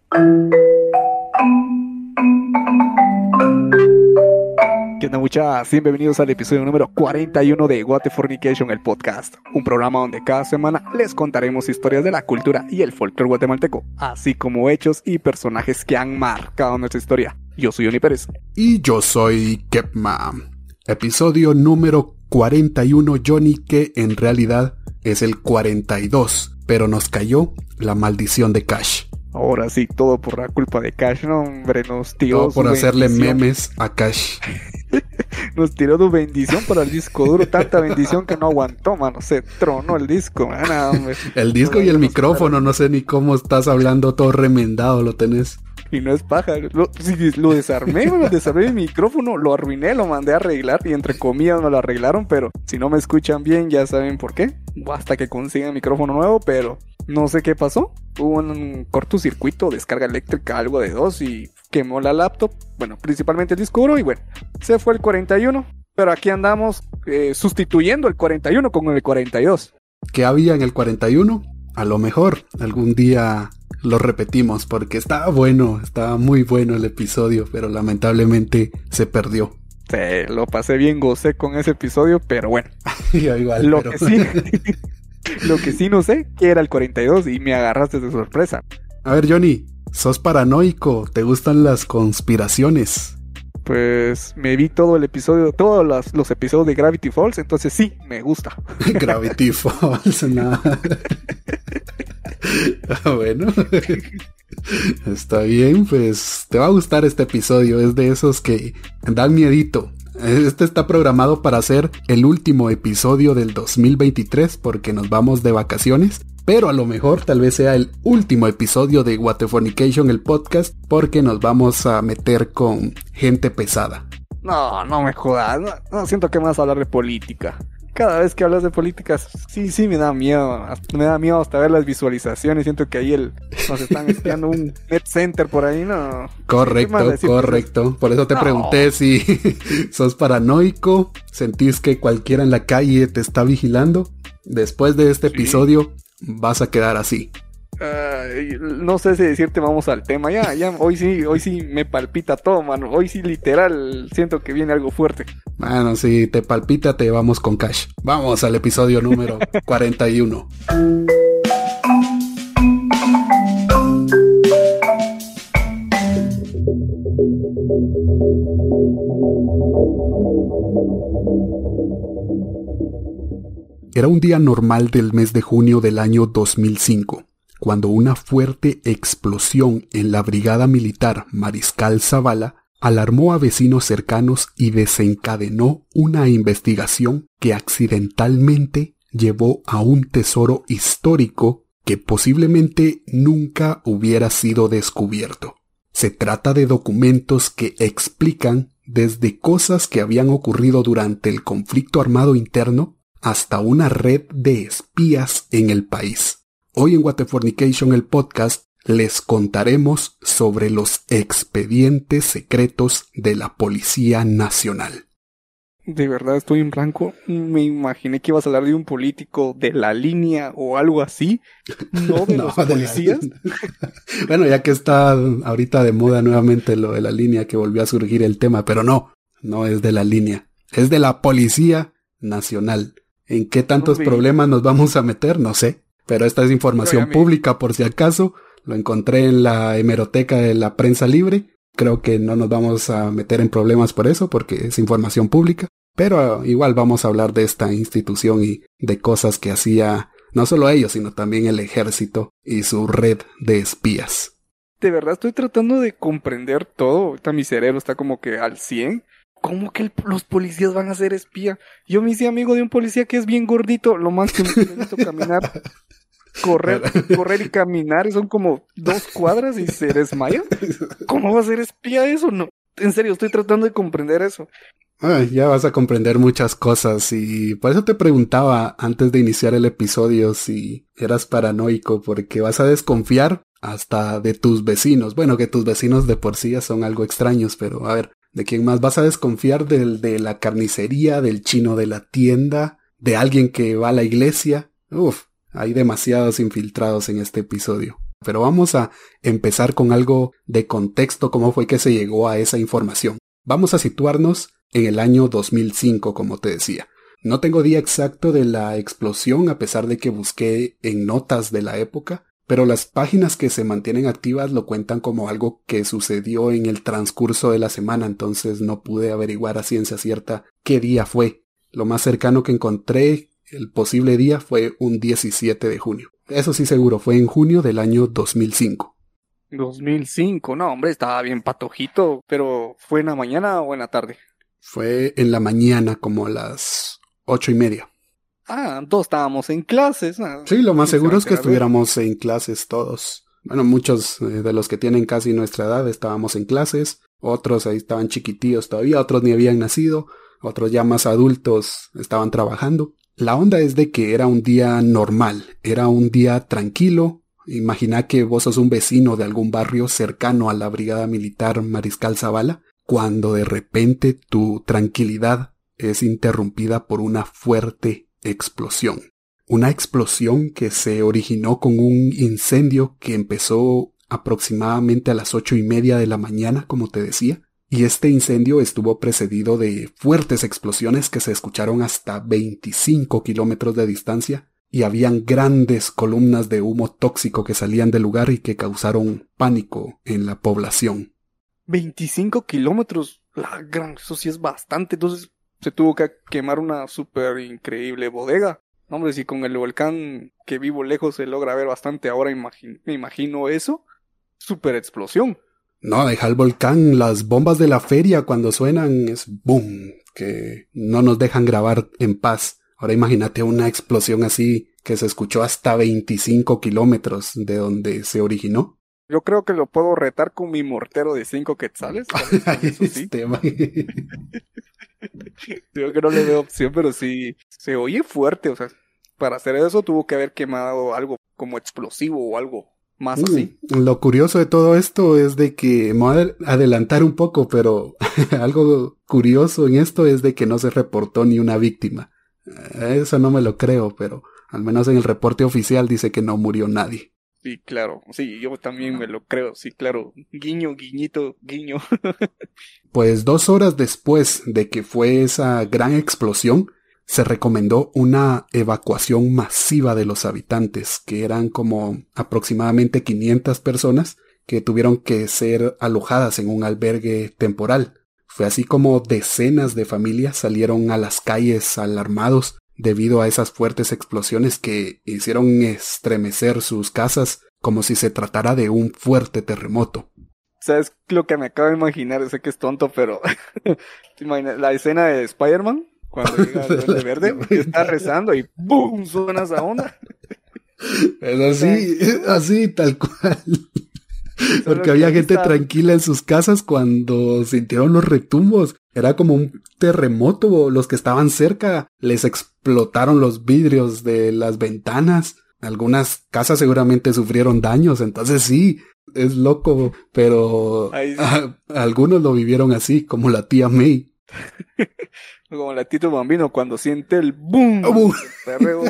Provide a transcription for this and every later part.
¿Qué onda, muchachos? Bienvenidos al episodio número 41 de What the Fornication, el podcast. Un programa donde cada semana les contaremos historias de la cultura y el folclore guatemalteco, así como hechos y personajes que han marcado nuestra historia. Yo soy Johnny Pérez. Y yo soy Kepma. Episodio número 41, Johnny, que en realidad es el 42, pero nos cayó la maldición de Cash. Ahora sí, todo por la culpa de Cash, no, hombre, nos tiró todo por hacerle bendición. Memes a Cash. Nos tiró su bendición para el disco duro, tanta bendición que no aguantó, mano, se tronó el disco, man, hombre. El disco y el micrófono, no sé ni cómo estás hablando, todo remendado lo tenés. Y no es paja, lo desarmé, el micrófono, lo arruiné, lo mandé a arreglar y entre comillas me lo arreglaron, pero si no me escuchan bien ya saben por qué, hasta que consigan micrófono nuevo, pero no sé qué pasó, hubo un cortocircuito, descarga eléctrica, algo de dos y quemó la laptop, bueno, principalmente el disco duro y bueno, se fue el 41, pero aquí andamos sustituyendo el 41 con el 42. ¿Qué había en el 41? A lo mejor algún día lo repetimos porque estaba muy bueno el episodio, pero lamentablemente se perdió. Sí, lo pasé bien, gocé con ese episodio, pero bueno. Igual, lo que sí no sé, que era el 42 y me agarraste de sorpresa. A ver, Johnny, sos paranoico, ¿te gustan las conspiraciones? Pues me vi todo el episodio, todos los episodios de Gravity Falls, entonces sí, me gusta. Gravity Falls, nada. Bueno, está bien, pues te va a gustar este episodio, es de esos que dan miedito. Este está programado para ser el último episodio del 2023 porque nos vamos de vacaciones, pero a lo mejor tal vez sea el último episodio de What the Fornication, el podcast, porque nos vamos a meter con gente pesada. No me jodas, no siento que me vas a hablar de política. Cada vez que hablas de política, sí me da miedo. Me da miedo hasta ver las visualizaciones. Siento que ahí nos están espiando un net center por ahí, ¿no? Correcto. Por eso te pregunté si sos paranoico, sentís que cualquiera en la calle te está vigilando. Después de este episodio vas a quedar así. No sé si decirte vamos al tema. Ya, hoy sí me palpita todo, mano. Hoy sí literal siento que viene algo fuerte. Bueno, si te palpita, te vamos con Cash. Vamos al episodio número 41. Era un día normal del mes de junio del año 2005. Cuando una fuerte explosión en la brigada militar Mariscal Zavala alarmó a vecinos cercanos y desencadenó una investigación que accidentalmente llevó a un tesoro histórico que posiblemente nunca hubiera sido descubierto. Se trata de documentos que explican desde cosas que habían ocurrido durante el conflicto armado interno hasta una red de espías en el país. Hoy en What the Fornication, el podcast, les contaremos sobre los expedientes secretos de la Policía Nacional. De verdad estoy en blanco. Me imaginé que ibas a hablar de un político de la línea o algo así. No de los policías. Bueno, ya que está ahorita de moda nuevamente lo de la línea, que volvió a surgir el tema, pero no es de la línea. Es de la Policía Nacional. ¿En qué tantos problemas nos vamos a meter? No sé. Pero esta es información pública por si acaso. Lo encontré en la hemeroteca de la prensa libre. Creo que no nos vamos a meter en problemas por eso porque es información pública. Pero igual vamos a hablar de esta institución y de cosas que hacía no solo ellos, sino también el ejército y su red de espías. De verdad estoy tratando de comprender todo. Ahorita mi cerebro está como que al 100. ¿Cómo que los policías van a ser espía? Yo me hice amigo de un policía que es bien gordito. Lo más que me he visto caminar, correr y caminar. Y son como 2 cuadras y se desmaya. ¿Cómo va a ser espía eso? No, en serio, estoy tratando de comprender eso. Ya vas a comprender muchas cosas y por eso te preguntaba antes de iniciar el episodio si eras paranoico, porque vas a desconfiar hasta de tus vecinos. Bueno, que tus vecinos de por sí ya son algo extraños, pero a ver, ¿de quién más vas a desconfiar? Del de la carnicería, del chino de la tienda, de alguien que va a la iglesia. Hay demasiados infiltrados en este episodio. Pero vamos a empezar con algo de contexto, cómo fue que se llegó a esa información. Vamos a situarnos en el año 2005, como te decía. No tengo día exacto de la explosión, a pesar de que busqué en notas de la época, pero las páginas que se mantienen activas lo cuentan como algo que sucedió en el transcurso de la semana, entonces no pude averiguar a ciencia cierta qué día fue. Lo más cercano que encontré, el posible día, fue un 17 de junio. Eso sí seguro, fue en junio del año 2005. 2005, no, hombre, estaba bien patojito, pero ¿fue en la mañana o en la tarde? Fue en la mañana, como a las 8:30. Ah, todos estábamos en clases. Sí, lo más ¿Quién se va seguro a es que enterar de eso? estuviéramos en clases todos. Bueno, muchos de los que tienen casi nuestra edad estábamos en clases, otros ahí estaban chiquitillos todavía, otros ni habían nacido, otros ya más adultos estaban trabajando. La onda es de que era un día normal, era un día tranquilo. Imagina que vos sos un vecino de algún barrio cercano a la Brigada Militar Mariscal Zavala, cuando de repente tu tranquilidad es interrumpida por una fuerte explosión. Una explosión que se originó con un incendio que empezó aproximadamente a las 8:30 de la mañana, como te decía. Y este incendio estuvo precedido de fuertes explosiones que se escucharon hasta 25 kilómetros de distancia y habían grandes columnas de humo tóxico que salían del lugar y que causaron pánico en la población. 25 kilómetros, eso sí es bastante, entonces se tuvo que quemar una súper increíble bodega. No, hombre, si con el volcán que vivo lejos se logra ver bastante, ahora me imagino eso, súper explosión. No, deja el volcán, las bombas de la feria cuando suenan es boom, que no nos dejan grabar en paz. Ahora imagínate una explosión así que se escuchó hasta 25 kilómetros de donde se originó. Yo creo que lo puedo retar con mi mortero de 5 quetzales. Eso sí. Creo que no le veo opción, pero sí se oye fuerte. O sea, para hacer eso tuvo que haber quemado algo como explosivo o algo más así. Lo curioso de todo esto es de que me voy a adelantar un poco, pero algo curioso en esto es de que no se reportó ni una víctima. Eso no me lo creo, pero al menos en el reporte oficial dice que no murió nadie. Sí, claro. Sí, yo también me lo creo. Sí, claro. Guiño, guiñito, guiño. Pues 2 horas después de que fue esa gran explosión, se recomendó una evacuación masiva de los habitantes, que eran como aproximadamente 500 personas que tuvieron que ser alojadas en un albergue temporal. Fue así como decenas de familias salieron a las calles alarmados debido a esas fuertes explosiones que hicieron estremecer sus casas como si se tratara de un fuerte terremoto. ¿Sabes lo que me acabo de imaginar? Sé que es tonto, pero ¿te imaginas la escena de Spider-Man? Cuando llega el Duende Verde, que está rezando y ¡boom! Suena esa onda. Es así, tal cual. Porque Solo que había ahí gente está. tranquila en sus casas cuando sintieron los retumbos. Era como un terremoto. Los que estaban cerca les explotaron los vidrios de las ventanas. Algunas casas seguramente sufrieron daños. Entonces sí, es loco. Pero Ahí sí. algunos lo vivieron así, como la tía May. Como la Tito Bambino cuando siente el boom. ¡Bum! El perreo.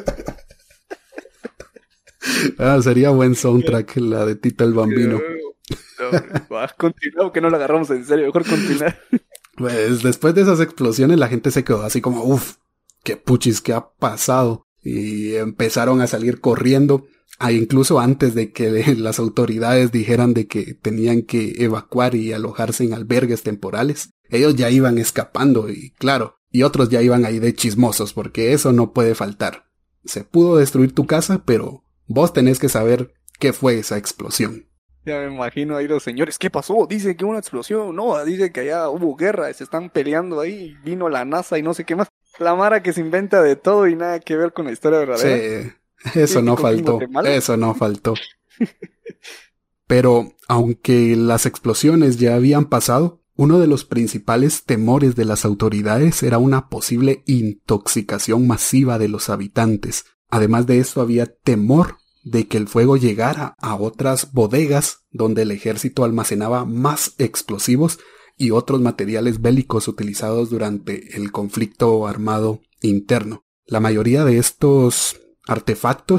Sería buen soundtrack la de Tito el Bambino. Va, continúa, que no lo agarramos en serio. Mejor continuar. Pues después de esas explosiones la gente se quedó así como, uff, qué puchis, qué ha pasado. Y empezaron a salir corriendo, incluso antes de que las autoridades dijeran de que tenían que evacuar y alojarse en albergues temporales. Ellos ya iban escapando y claro, y otros ya iban ahí de chismosos porque eso no puede faltar. Se pudo destruir tu casa, pero vos tenés que saber qué fue esa explosión. Ya me imagino ahí los señores. ¿Qué pasó? Dice que hubo una explosión. No, dice que allá hubo guerra. Se están peleando ahí. Vino la NASA y no sé qué más. La mara que se inventa de todo y nada que ver con la historia verdadera. Sí, eso no Típico King faltó. Guatemala. Eso no faltó. Pero, aunque las explosiones ya habían pasado, uno de los principales temores de las autoridades era una posible intoxicación masiva de los habitantes. Además de esto, había temor de que el fuego llegara a otras bodegas donde el ejército almacenaba más explosivos y otros materiales bélicos utilizados durante el conflicto armado interno. La mayoría de estos artefactos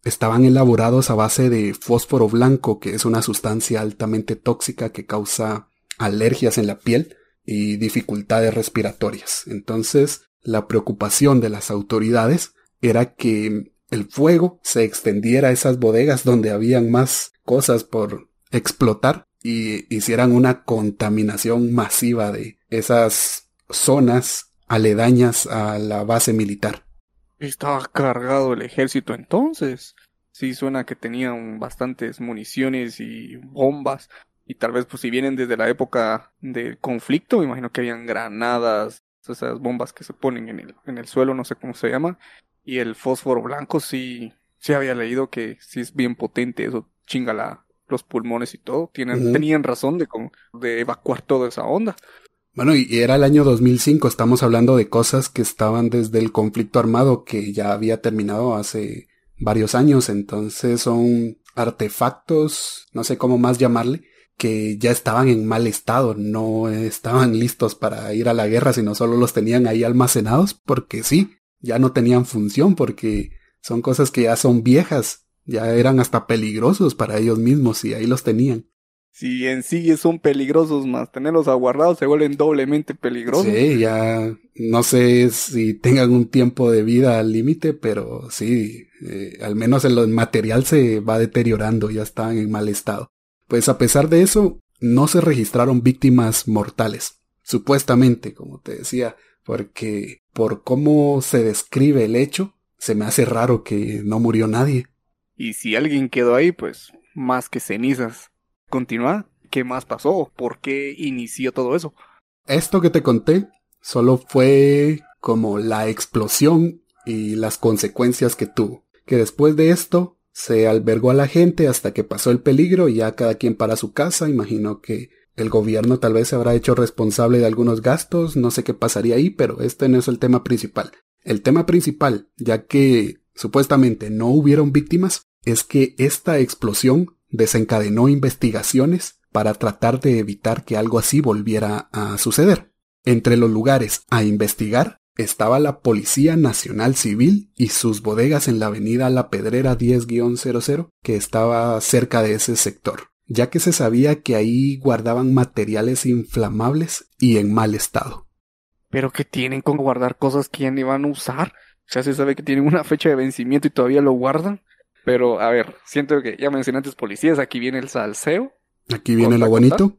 estaban elaborados a base de fósforo blanco, que es una sustancia altamente tóxica que causa alergias en la piel y dificultades respiratorias. Entonces, la preocupación de las autoridades era que el fuego se extendiera a esas bodegas donde habían más cosas por explotar y hicieran una contaminación masiva de esas zonas aledañas a la base militar. Estaba cargado el ejército entonces. Sí, suena que tenían bastantes municiones y bombas. Y tal vez, pues, si vienen desde la época del conflicto, me imagino que habían granadas, esas bombas que se ponen en el suelo, no sé cómo se llama. Y el fósforo blanco, sí, sí había leído que sí es bien potente, eso chinga los pulmones y todo. Tenían razón de evacuar toda esa onda. Bueno, y era el año 2005, estamos hablando de cosas que estaban desde el conflicto armado que ya había terminado hace varios años, entonces son artefactos, no sé cómo más llamarle, que ya estaban en mal estado, no estaban listos para ir a la guerra, sino solo los tenían ahí almacenados porque sí, ya no tenían función, porque son cosas que ya son viejas, ya eran hasta peligrosos para ellos mismos y ahí los tenían. Si en sí son peligrosos, más tenerlos aguardados se vuelven doblemente peligrosos. Sí, ya no sé si tengan un tiempo de vida al límite, pero sí, al menos el material se va deteriorando, ya están en mal estado. Pues a pesar de eso, no se registraron víctimas mortales, supuestamente, como te decía, porque por cómo se describe el hecho, se me hace raro que no murió nadie. Y si alguien quedó ahí, pues más que cenizas. Continúa. ¿Qué más pasó? ¿Por qué inició todo eso? Esto que te conté solo fue como la explosión y las consecuencias que tuvo. Que después de esto se albergó a la gente hasta que pasó el peligro y ya cada quien para su casa. Imagino que el gobierno tal vez se habrá hecho responsable de algunos gastos, no sé qué pasaría ahí, pero este no es el tema principal. El tema principal, ya que supuestamente no hubieron víctimas, es que esta explosión desencadenó investigaciones para tratar de evitar que algo así volviera a suceder. Entre los lugares a investigar estaba la Policía Nacional Civil y sus bodegas en la avenida La Pedrera 10-00, que estaba cerca de ese sector, ya que se sabía que ahí guardaban materiales inflamables y en mal estado. ¿Pero qué tienen con guardar cosas que ya ni van a usar? Ya se sabe que tienen una fecha de vencimiento y todavía lo guardan. Pero, a ver, siento que ya mencioné antes policías, aquí viene el salseo. Aquí viene lo bonito,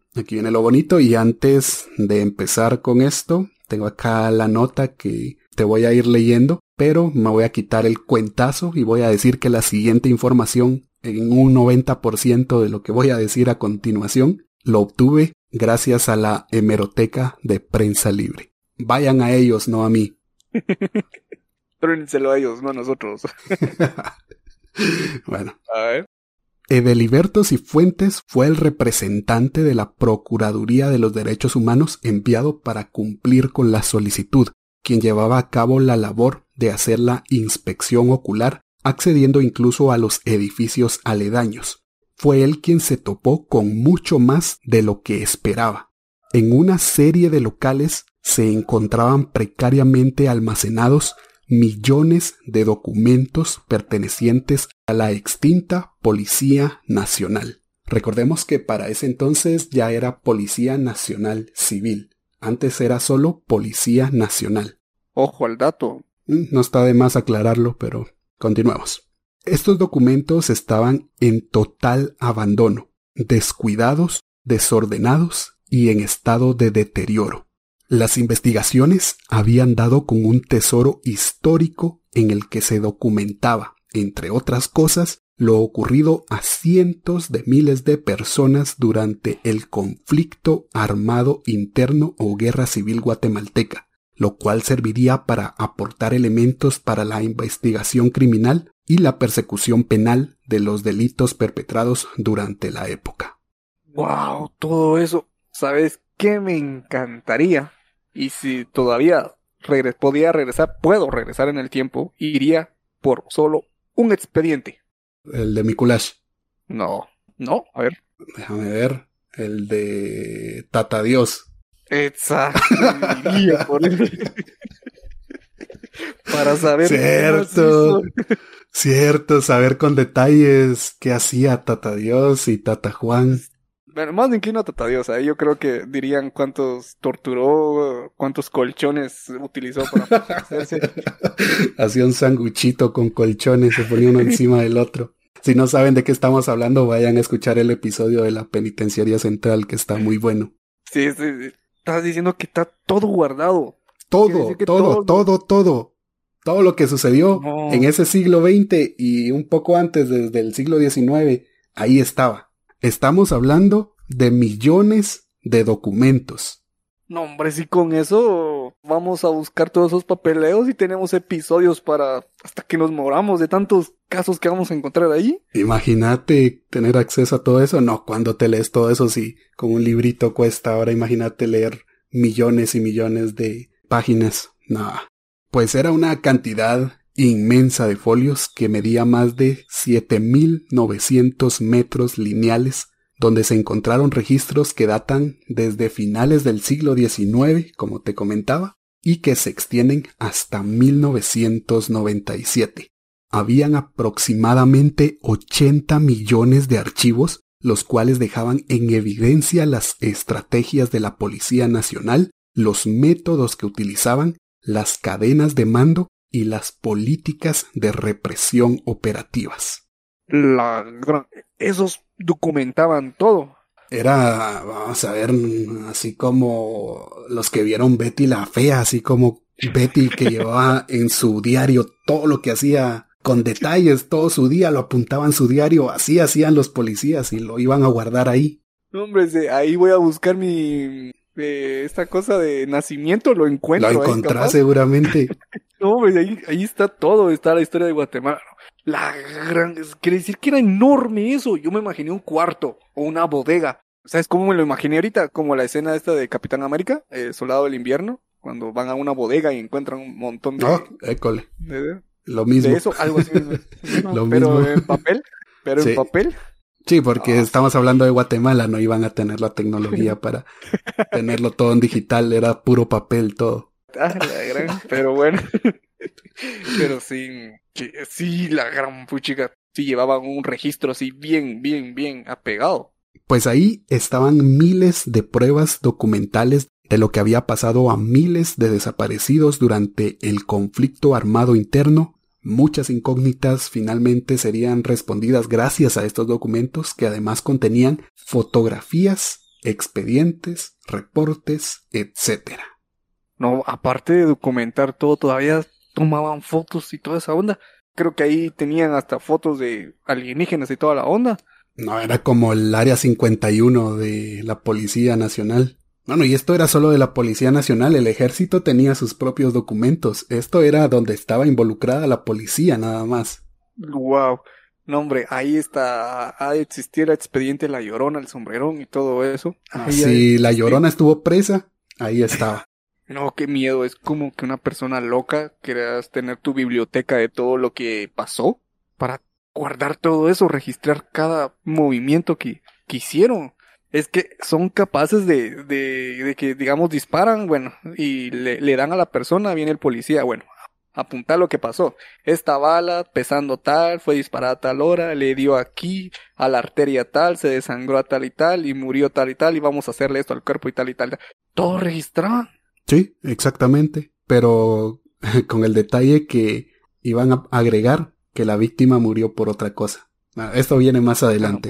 y antes de empezar con esto, tengo acá la nota que te voy a ir leyendo, pero me voy a quitar el cuentazo y voy a decir que la siguiente información, en un 90% de lo que voy a decir a continuación, lo obtuve gracias a la hemeroteca de Prensa Libre. Vayan a ellos, no a mí. Trónenselo a ellos, no a nosotros. Bueno. A ver. Edeliberto Cifuentes fue el representante de la Procuraduría de los Derechos Humanos enviado para cumplir con la solicitud, quien llevaba a cabo la labor de hacer la inspección ocular, accediendo incluso a los edificios aledaños. Fue él quien se topó con mucho más de lo que esperaba. En una serie de locales se encontraban precariamente almacenados millones de documentos pertenecientes a la extinta Policía Nacional. Recordemos que para ese entonces ya era Policía Nacional Civil. Antes era solo Policía Nacional. Ojo al dato. No está de más aclararlo, pero continuemos. Estos documentos estaban en total abandono, descuidados, desordenados y en estado de deterioro. Las investigaciones habían dado con un tesoro histórico en el que se documentaba, entre otras cosas, lo ocurrido a cientos de miles de personas durante el conflicto armado interno o guerra civil guatemalteca, lo cual serviría para aportar elementos para la investigación criminal y la persecución penal de los delitos perpetrados durante la época. ¡Wow! Todo eso. ¿Sabes qué me encantaría? Y si todavía puedo regresar en el tiempo, iría por solo un expediente. El de Mikulash. No, a ver. Déjame ver. El de Tata Dios. Exacto. Iría por él. Para saber. Cierto. Cierto, saber con detalles qué hacía Tata Dios y Tata Juan. Bueno, más me inclino a Tata Dios, yo creo que dirían cuántos torturó, cuántos colchones utilizó para hacerse. Hacía un sanguchito con colchones, se ponía uno encima del otro. Si no saben de qué estamos hablando, vayan a escuchar el episodio de la Penitenciaría Central, que está muy bueno. Sí, estás diciendo que está todo guardado. Todo, todo lo que sucedió en ese siglo XX y un poco antes, desde el siglo XIX, ahí estaba. Estamos hablando de millones de documentos. No, hombre, si con eso vamos a buscar todos esos papeleos y tenemos episodios para hasta que nos moramos de tantos casos que vamos a encontrar ahí. Imagínate tener acceso a todo eso. No, cuando te lees todo eso, sí, con un librito cuesta. Ahora imagínate leer millones y millones de páginas. No, pues era una cantidad inmensa de folios que medía más de 7.900 metros lineales, donde se encontraron registros que datan desde finales del siglo XIX, como te comentaba, y que se extienden hasta 1997. Habían aproximadamente 80 millones de archivos, los cuales dejaban en evidencia las estrategias de la Policía Nacional, los métodos que utilizaban, las cadenas de mando y las políticas de represión operativas. Esos documentaban todo. Era, vamos a ver, así como los que vieron Betty la Fea, así como Betty que llevaba en su diario todo lo que hacía con detalles, todo su día lo apuntaba en su diario, así hacían los policías y lo iban a guardar ahí. Hombre, ahí voy a buscar esta cosa de nacimiento, lo encuentro. Lo encontrás seguramente. No, pues ahí está todo, está la historia de Guatemala. Quiere decir que era enorme eso. Yo me imaginé un cuarto o una bodega. ¿Sabes cómo me lo imaginé ahorita? Como la escena esta de Capitán América, el Soldado del Invierno, cuando van a una bodega y encuentran un montón de... école. Lo mismo. De eso, algo así. Lo pero mismo. en papel. Pero sí. en papel. Sí, porque estamos hablando de Guatemala, no iban a tener la tecnología para tenerlo todo en digital, era puro papel todo. Pero bueno. Pero sí, la gran puchica, sí llevaban un registro así bien apegado. Pues ahí estaban miles de pruebas documentales de lo que había pasado a miles de desaparecidos durante el conflicto armado interno. Muchas incógnitas finalmente serían respondidas gracias a estos documentos que además contenían fotografías, expedientes, reportes, etc. No, aparte de documentar todo, todavía tomaban fotos y toda esa onda. Creo que ahí tenían hasta fotos de alienígenas y toda la onda. No, era como el Área 51 de la Policía Nacional. Bueno, y esto era solo de la Policía Nacional, el ejército tenía sus propios documentos. Esto era donde estaba involucrada la policía nada más. Wow. No, hombre, ahí está, ha de existir el expediente La Llorona, el Sombrerón y todo eso. Si La Llorona estuvo presa, ahí estaba. No, qué miedo, es como que una persona loca quieras tener tu biblioteca de todo lo que pasó para guardar todo eso, registrar cada movimiento que hicieron. Es que son capaces de que, digamos, disparan, bueno, y le dan a la persona, viene el policía, bueno, apuntar lo que pasó. Esta bala, pesando tal, fue disparada a tal hora, le dio aquí, a la arteria tal, se desangró a tal y murió tal, y vamos a hacerle esto al cuerpo y tal. Todo registraban. Sí, exactamente, pero con el detalle que iban a agregar que la víctima murió por otra cosa. Esto viene más adelante,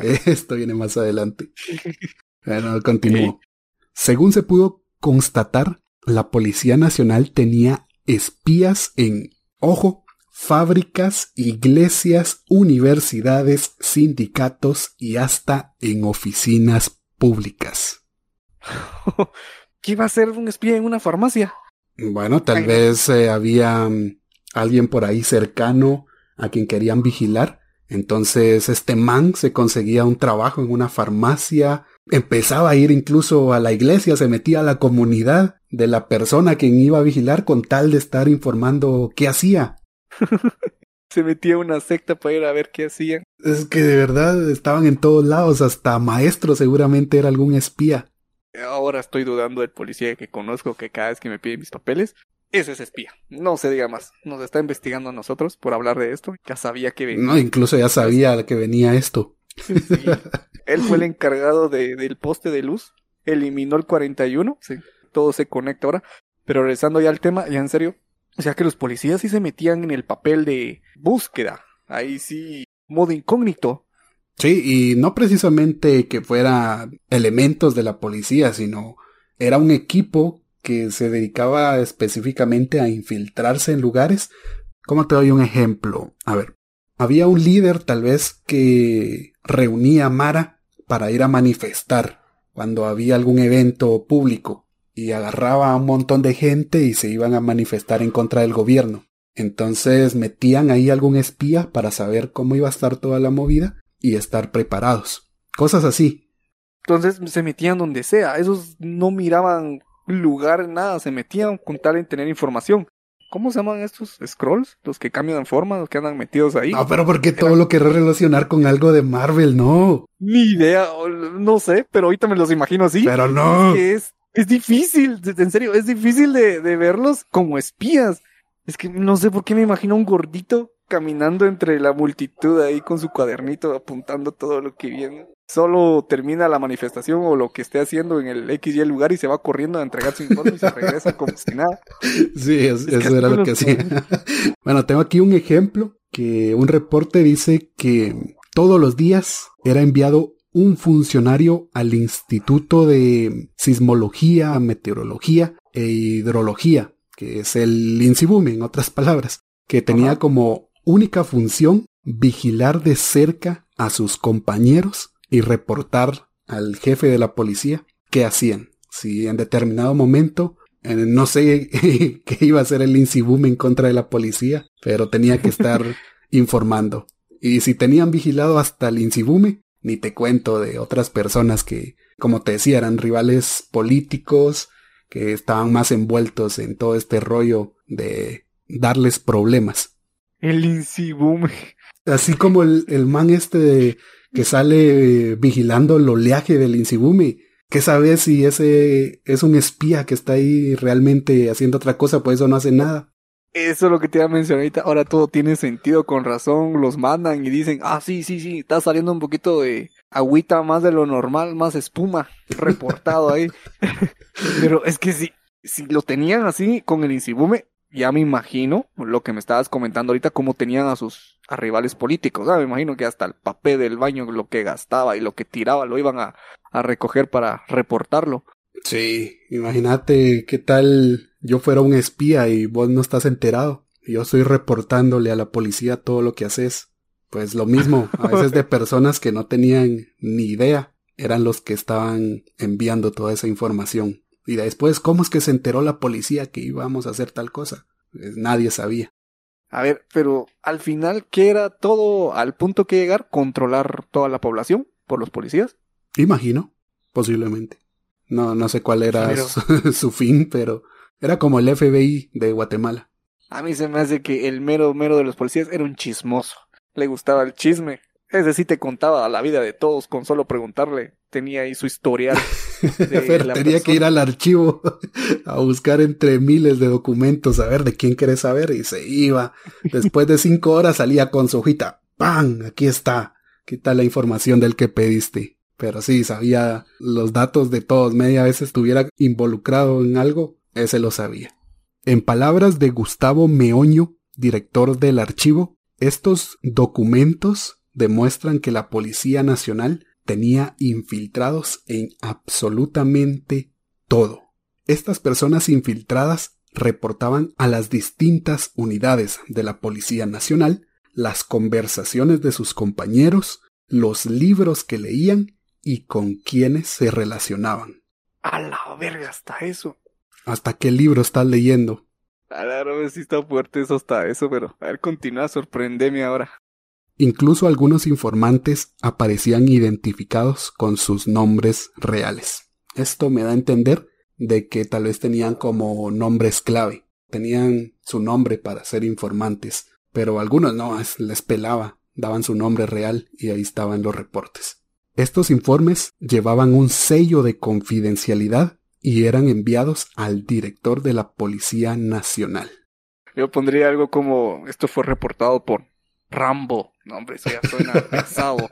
Bueno, continúo. Okay. Según se pudo constatar, la Policía Nacional tenía espías en, ojo, fábricas, iglesias, universidades, sindicatos y hasta en oficinas públicas. ¿Qué iba a ser un espía en una farmacia? Bueno, tal vez había alguien por ahí cercano a quien querían vigilar. Entonces este man se conseguía un trabajo en una farmacia, empezaba a ir incluso a la iglesia, se metía a la comunidad de la persona a quien iba a vigilar con tal de estar informando qué hacía. Se metía a una secta para ir a ver qué hacían. Es que de verdad estaban en todos lados, hasta maestro seguramente era algún espía. Ahora estoy dudando del policía que conozco, que cada vez que me pide mis papeles, ese es espía. No se diga más. Nos está investigando a nosotros por hablar de esto. Ya sabía que venía. No, incluso ya sabía que venía esto. Sí. Él fue el encargado del poste de luz. Eliminó el 41. Sí, todo se conecta ahora. Pero regresando ya al tema, ya en serio. O sea que los policías sí se metían en el papel de búsqueda. Ahí sí, modo incógnito. Sí, y no precisamente que fuera elementos de la policía, sino era un equipo que se dedicaba específicamente a infiltrarse en lugares. ¿Cómo te doy un ejemplo? A ver, había un líder tal vez que reunía a Mara para ir a manifestar cuando había algún evento público y agarraba a un montón de gente y se iban a manifestar en contra del gobierno. Entonces metían ahí algún espía para saber cómo iba a estar toda la movida y estar preparados. Cosas así. Entonces se metían donde sea. Esos no miraban lugar, nada. Se metían con tal en tener información. ¿Cómo se llaman estos scrolls? Los que cambian de forma, los que andan metidos ahí. No, pero ¿por qué todo lo querés relacionar con algo de Marvel? No. Ni idea, no sé, pero ahorita me los imagino así. Pero no. Es difícil, en serio, es difícil de verlos como espías. Es que no sé por qué me imagino un gordito caminando entre la multitud ahí con su cuadernito apuntando todo lo que viene. Solo termina la manifestación o lo que esté haciendo en el XY lugar y se va corriendo a entregar su informe y se regresa como si nada. Sí, eso era lo que hacía. Bueno, tengo aquí un ejemplo que un reporte dice que todos los días era enviado un funcionario al Instituto de Sismología, Meteorología e Hidrología, que es el INSIBUM, en otras palabras, que tenía como única función vigilar de cerca a sus compañeros y reportar al jefe de la policía qué hacían. Si en determinado momento, no sé qué iba a hacer el INSIBUM en contra de la policía, pero tenía que estar informando. Y si tenían vigilado hasta el INSIBUM, ni te cuento de otras personas que, como te decía, eran rivales políticos, que estaban más envueltos en todo este rollo de darles problemas. El INSIBUM. Así como el man que sale vigilando el oleaje del INSIBUM. ¿Qué sabes si ese es un espía que está ahí realmente haciendo otra cosa? Por eso no hace nada. Eso es lo que te iba a mencionar ahorita. Ahora todo tiene sentido, con razón. Los mandan y dicen, sí, está saliendo un poquito de agüita más de lo normal, más espuma reportado ahí. Pero es que si lo tenían así con el INSIBUM, ya me imagino lo que me estabas comentando ahorita, cómo tenían a rivales políticos. Me imagino que hasta el papel del baño, lo que gastaba y lo que tiraba, lo iban a recoger para reportarlo. Sí, imagínate qué tal yo fuera un espía y vos no estás enterado. Yo estoy reportándole a la policía todo lo que haces. Pues lo mismo, a veces de personas que no tenían ni idea, eran los que estaban enviando toda esa información. Y después, ¿cómo es que se enteró la policía que íbamos a hacer tal cosa? Pues nadie sabía. A ver, pero al final, ¿qué era todo al punto que llegar? ¿Controlar toda la población por los policías? Imagino, posiblemente. No sé cuál era su fin, pero era como el FBI de Guatemala. A mí se me hace que el mero de los policías era un chismoso. Le gustaba el chisme. Ese sí te contaba la vida de todos con solo preguntarle. Tenía ahí su historial. Pero tenía que ir al archivo a buscar entre miles de documentos a ver de quién querés saber y se iba. Después de 5 horas salía con su hojita. ¡Pam! Aquí está. ¿Qué tal la información del que pediste? Pero sí, sabía los datos de todos. Media vez estuviera involucrado en algo, ese lo sabía. En palabras de Gustavo Meoño, director del archivo, estos documentos demuestran que la Policía Nacional tenía infiltrados en absolutamente todo. Estas personas infiltradas reportaban a las distintas unidades de la Policía Nacional las conversaciones de sus compañeros, los libros que leían y con quiénes se relacionaban. A la verga, hasta eso. ¿Hasta qué libro estás leyendo? Claro, sí está fuerte eso hasta eso, pero a ver, continúa, sorpréndeme ahora. Incluso algunos informantes aparecían identificados con sus nombres reales. Esto me da a entender de que tal vez tenían como nombres clave. Tenían su nombre para ser informantes, pero algunos no, les pelaba. Daban su nombre real y ahí estaban los reportes. Estos informes llevaban un sello de confidencialidad y eran enviados al director de la Policía Nacional. Yo pondría algo como, esto fue reportado por Rambo. No, hombre, eso ya suena pesado.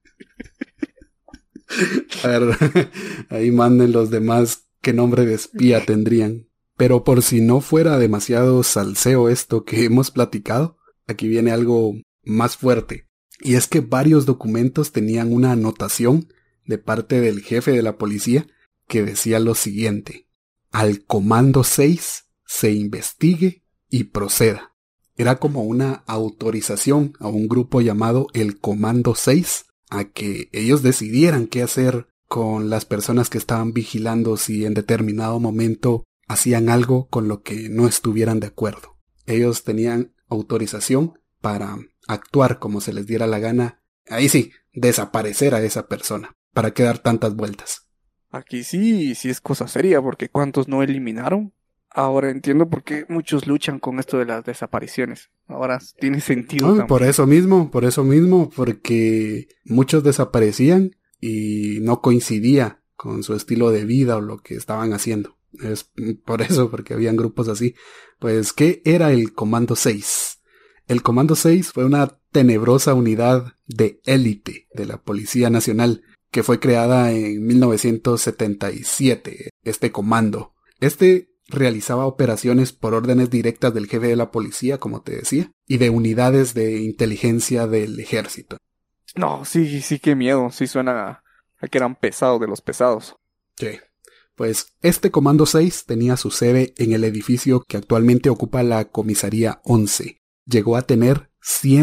A ver, ahí manden los demás qué nombre de espía tendrían. Pero por si no fuera demasiado salseo esto que hemos platicado, aquí viene algo más fuerte. Y es que varios documentos tenían una anotación de parte del jefe de la policía que decía lo siguiente: al Comando 6 se investigue y proceda. Era como una autorización a un grupo llamado el Comando 6 a que ellos decidieran qué hacer con las personas que estaban vigilando si en determinado momento hacían algo con lo que no estuvieran de acuerdo. Ellos tenían autorización para actuar como se les diera la gana. Ahí sí, desaparecer a esa persona. ¿Para qué dar tantas vueltas? Aquí sí es cosa seria, porque ¿cuántos no eliminaron? Ahora entiendo por qué muchos luchan con esto de las desapariciones. Ahora tiene sentido también. Por eso mismo, porque muchos desaparecían y no coincidía con su estilo de vida o lo que estaban haciendo. Es por eso, porque habían grupos así. Pues, ¿qué era el Comando 6? El Comando 6 fue una tenebrosa unidad de élite de la Policía Nacional que fue creada en 1977. Este comando. Realizaba operaciones por órdenes directas del jefe de la policía, como te decía, y de unidades de inteligencia del ejército. No, sí, qué miedo. Sí suena a que eran pesados de los pesados. Sí. Pues este Comando 6 tenía su sede en el edificio que actualmente ocupa la Comisaría 11. Llegó a tener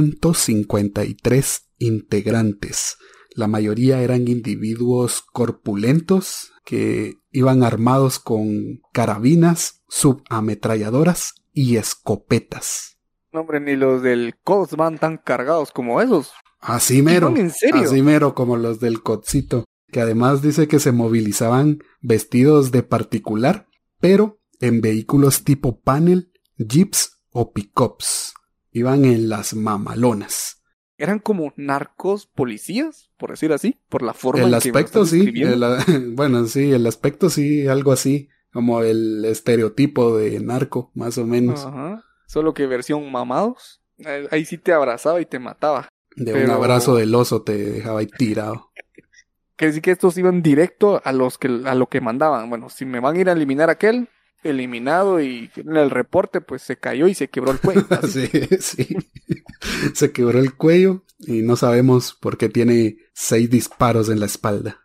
153 integrantes. La mayoría eran individuos corpulentos que iban armados con carabinas, subametralladoras y escopetas. No, hombre, ni los del CODS van tan cargados como esos. Así mero. ¿En serio? Así mero como los del CODSito. Que además dice que se movilizaban vestidos de particular, pero en vehículos tipo panel, jeeps o pickups. Iban en las mamalonas. ¿Eran como narcos policías, por decir así? Por la forma el en aspecto que me estás sí. Bueno, sí, el aspecto sí, algo así. Como el estereotipo de narco, más o menos. Ajá. Solo que versión mamados. Ahí sí te abrazaba y te mataba. Un abrazo del oso te dejaba ahí tirado. Quiere decir que estos iban directo a lo que mandaban. Bueno, si me van a ir a eliminar a aquel, eliminado, y en el reporte pues se cayó y se quebró el cuello. Sí. Se quebró el cuello y no sabemos por qué tiene 6 disparos en la espalda.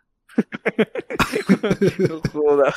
No jodas.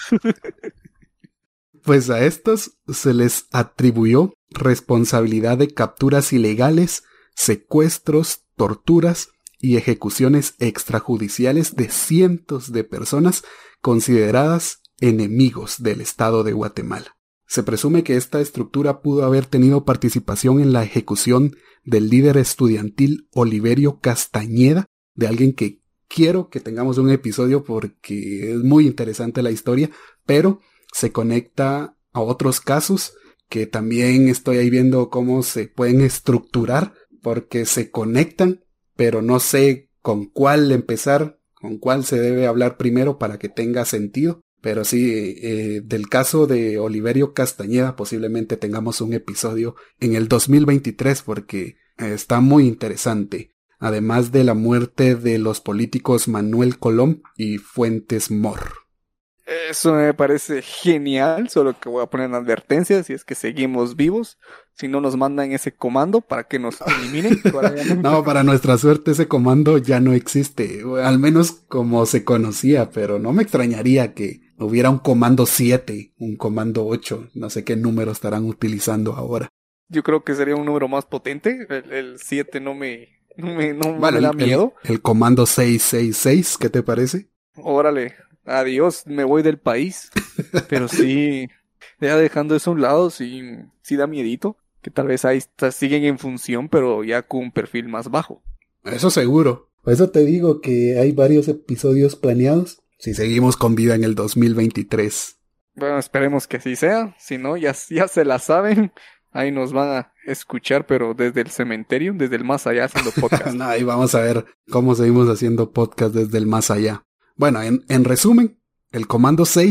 Pues a estos se les atribuyó responsabilidad de capturas ilegales, secuestros, torturas y ejecuciones extrajudiciales de cientos de personas consideradas enemigos del Estado de Guatemala. Se presume que esta estructura pudo haber tenido participación en la ejecución del líder estudiantil Oliverio Castañeda, de alguien que quiero que tengamos un episodio porque es muy interesante la historia, pero se conecta a otros casos que también estoy ahí viendo cómo se pueden estructurar, porque se conectan, pero no sé con cuál empezar, con cuál se debe hablar primero para que tenga sentido. Pero sí, del caso de Oliverio Castañeda posiblemente tengamos un episodio en el 2023 porque está muy interesante. Además de la muerte de los políticos Manuel Colom y Fuentes Mor. Eso me parece genial, solo que voy a poner una advertencia si es que seguimos vivos. Si no nos mandan ese comando para que nos eliminen. No, para nuestra suerte ese comando ya no existe, al menos como se conocía, pero no me extrañaría que hubiera un comando 7, un comando 8, no sé qué número estarán utilizando ahora. Yo creo que sería un número más potente, el 7 no me da miedo. El comando 666, ¿qué te parece? Órale, adiós, me voy del país. Pero sí, ya dejando eso a un lado, sí da miedito. Que tal vez ahí siguen en función, pero ya con un perfil más bajo. Eso seguro. Por eso te digo que hay varios episodios planeados. Si seguimos con vida en el 2023. Bueno, esperemos que así sea. Si no, ya se la saben. Ahí nos van a escuchar, pero desde el cementerio, desde el más allá, haciendo podcast. Ahí vamos a ver cómo seguimos haciendo podcast desde el más allá. Bueno, en resumen, el Comando 6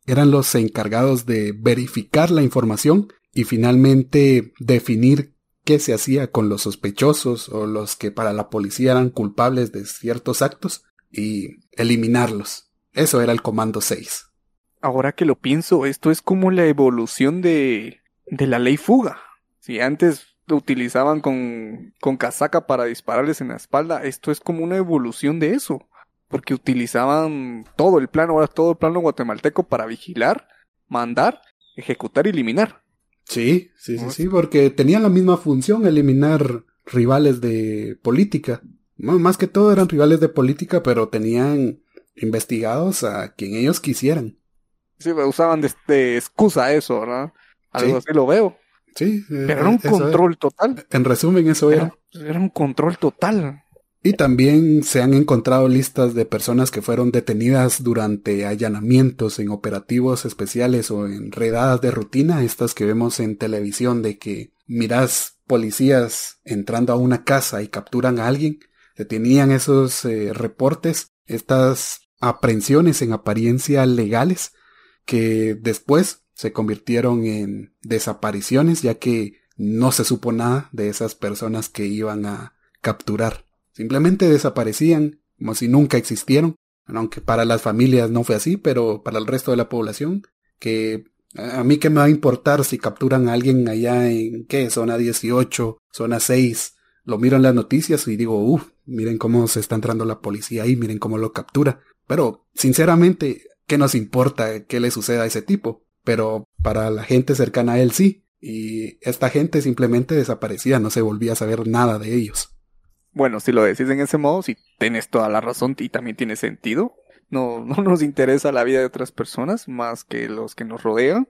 eran los encargados de verificar la información y finalmente definir qué se hacía con los sospechosos o los que para la policía eran culpables de ciertos actos y eliminarlos. Eso era el Comando 6. Ahora que lo pienso, esto es como la evolución de la ley fuga. Si antes lo utilizaban con casaca para dispararles en la espalda, esto es como una evolución de eso. Porque utilizaban todo el plano, ahora todo el plano guatemalteco para vigilar, mandar, ejecutar y eliminar. Sí, porque tenían la misma función, eliminar rivales de política. Más que todo eran rivales de política, pero tenían investigados a quien ellos quisieran. Sí, usaban de excusa eso, ¿verdad? Algo así lo veo. Sí. Pero era un control total. En resumen, eso era. Era un control total. Y también se han encontrado listas de personas que fueron detenidas durante allanamientos en operativos especiales o en redadas de rutina, estas que vemos en televisión de que mirás policías entrando a una casa y capturan a alguien. Se tenían esos reportes, estas aprehensiones en apariencia legales que después se convirtieron en desapariciones, ya que no se supo nada de esas personas que iban a capturar. Simplemente desaparecían, como si nunca existieron, aunque para las familias no fue así, pero para el resto de la población, que a mí qué me va a importar si capturan a alguien allá en, zona 18, zona 6, lo miro en las noticias y digo, miren cómo se está entrando la policía ahí, miren cómo lo captura. Pero, sinceramente, ¿qué nos importa qué le suceda a ese tipo? Pero para la gente cercana a él sí, y esta gente simplemente desaparecía, no se volvía a saber nada de ellos. Bueno, si lo decís en ese modo, sí tenés toda la razón y también tiene sentido. No nos interesa la vida de otras personas más que los que nos rodean.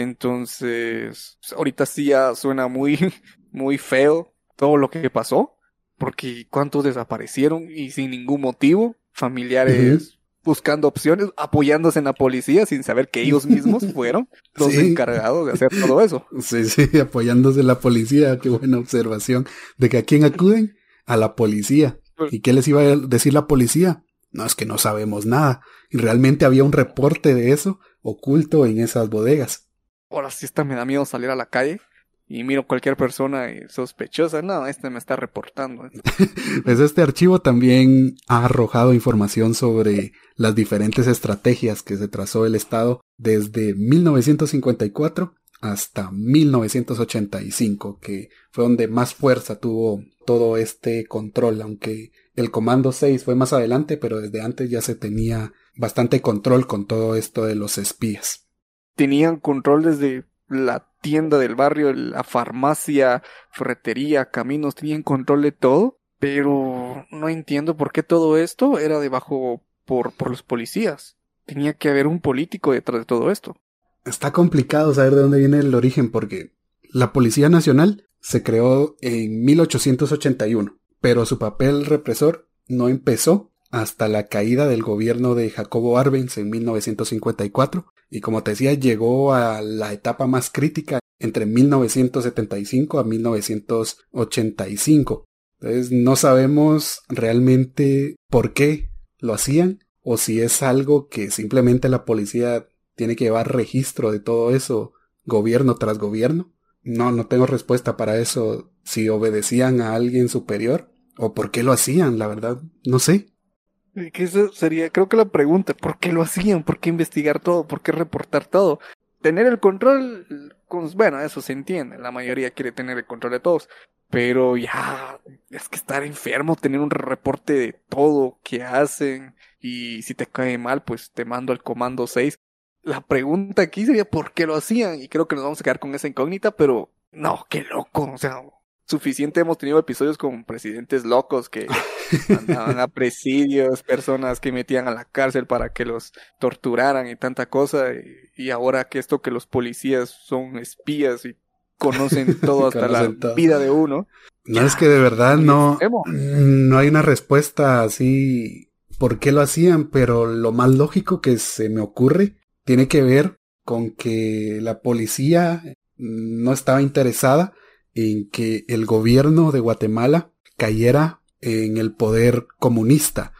Entonces, ahorita sí ya suena muy, muy feo todo lo que pasó. Porque cuántos desaparecieron y sin ningún motivo. Familiares buscando opciones, apoyándose en la policía sin saber que ellos mismos fueron los encargados de hacer todo eso. Sí, apoyándose en la policía. Qué buena observación. ¿De que a quién acuden? A la policía. ¿Y qué les iba a decir la policía? No, es que no sabemos nada. Y realmente había un reporte de eso oculto en esas bodegas. Ahora sí me da miedo salir a la calle y miro cualquier persona sospechosa. No, me está reportando. Pues este archivo también ha arrojado información sobre las diferentes estrategias que se trazó el Estado desde 1954 hasta 1985, que fue donde más fuerza tuvo todo este control, aunque el Comando 6 fue más adelante, pero desde antes ya se tenía bastante control con todo esto de los espías. Tenían control desde la tienda del barrio, la farmacia, ferretería, caminos, tenían control de todo, pero no entiendo por qué todo esto era debajo por los policías. Tenía que haber un político detrás de todo esto. Está complicado saber de dónde viene el origen porque la Policía Nacional se creó en 1881, pero su papel represor no empezó hasta la caída del gobierno de Jacobo Arbenz en 1954 y como te decía llegó a la etapa más crítica entre 1975 a 1985. Entonces no sabemos realmente por qué lo hacían o si es algo que simplemente la policía tiene que llevar registro de todo eso, gobierno tras gobierno. No tengo respuesta para eso, si obedecían a alguien superior o por qué lo hacían, la verdad, no sé. Que eso sería, creo que la pregunta, ¿por qué lo hacían? ¿Por qué investigar todo? ¿Por qué reportar todo? Tener el control, bueno, eso se entiende, la mayoría quiere tener el control de todos, pero ya, es que estar enfermo, tener un reporte de todo que hacen, y si te cae mal, pues te mando al Comando 6. La pregunta aquí sería ¿por qué lo hacían? Y creo que nos vamos a quedar con esa incógnita, pero no, qué loco, o sea, suficiente hemos tenido episodios con presidentes locos que mandaban a presidios, personas que metían a la cárcel para que los torturaran y tanta cosa, y ahora que esto que los policías son espías y conocen todo hasta la vida de uno. No, es que de verdad no hay una respuesta así por qué lo hacían, pero lo más lógico que se me ocurre tiene que ver con que la policía no estaba interesada en que el gobierno de Guatemala cayera en el poder comunista,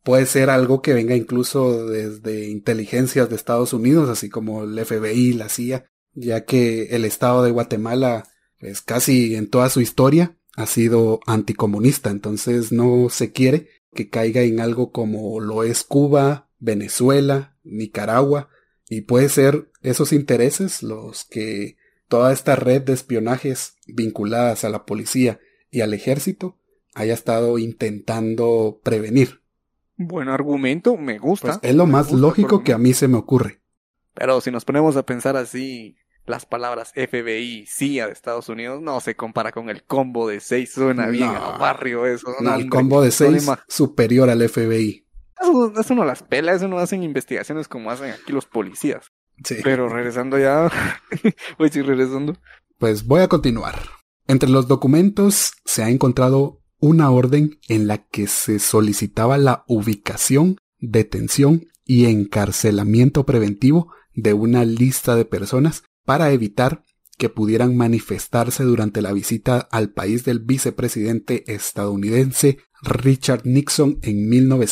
puede ser algo que venga incluso desde inteligencias de Estados Unidos, así como el FBI, la CIA, ya que el Estado de Guatemala, pues casi en toda su historia, ha sido anticomunista, entonces no se quiere que caiga en algo como lo es Cuba, Venezuela, Nicaragua, y puede ser esos intereses los que toda esta red de espionajes vinculadas a la policía y al ejército haya estado intentando prevenir. Buen argumento, me gusta. Pues es lo más lógico que a mí se me ocurre. Pero si nos ponemos a pensar así, las palabras FBI, CIA de Estados Unidos, no se compara con el combo de 6, suena bien a barrio eso. No, el combo de 6 superior al FBI. Eso no las pela, eso no hacen investigaciones como hacen aquí los policías. Sí. Pero regresando ya, voy a ir regresando. Pues voy a continuar. Entre los documentos se ha encontrado una orden en la que se solicitaba la ubicación, detención y encarcelamiento preventivo de una lista de personas para evitar que pudieran manifestarse durante la visita al país del vicepresidente estadounidense Richard Nixon en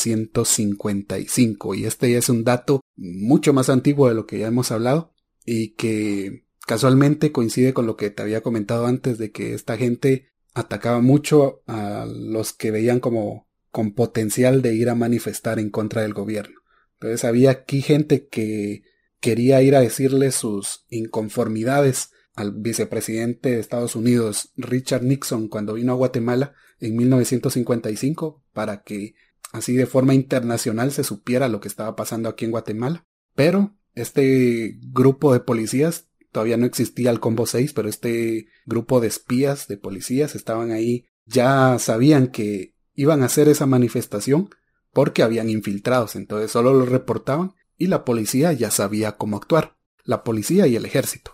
1955. Y este ya es un dato mucho más antiguo de lo que ya hemos hablado y que casualmente coincide con lo que te había comentado antes de que esta gente atacaba mucho a los que veían como con potencial de ir a manifestar en contra del gobierno. Entonces había aquí gente que quería ir a decirle sus inconformidades al vicepresidente de Estados Unidos, Richard Nixon, cuando vino a Guatemala en 1955, para que así de forma internacional se supiera lo que estaba pasando aquí en Guatemala. Pero este grupo de policías, todavía no existía el Combo 6, pero este grupo de espías, de policías, estaban ahí, ya sabían que iban a hacer esa manifestación porque habían infiltrados, entonces solo lo reportaban y la policía ya sabía cómo actuar, la policía y el ejército.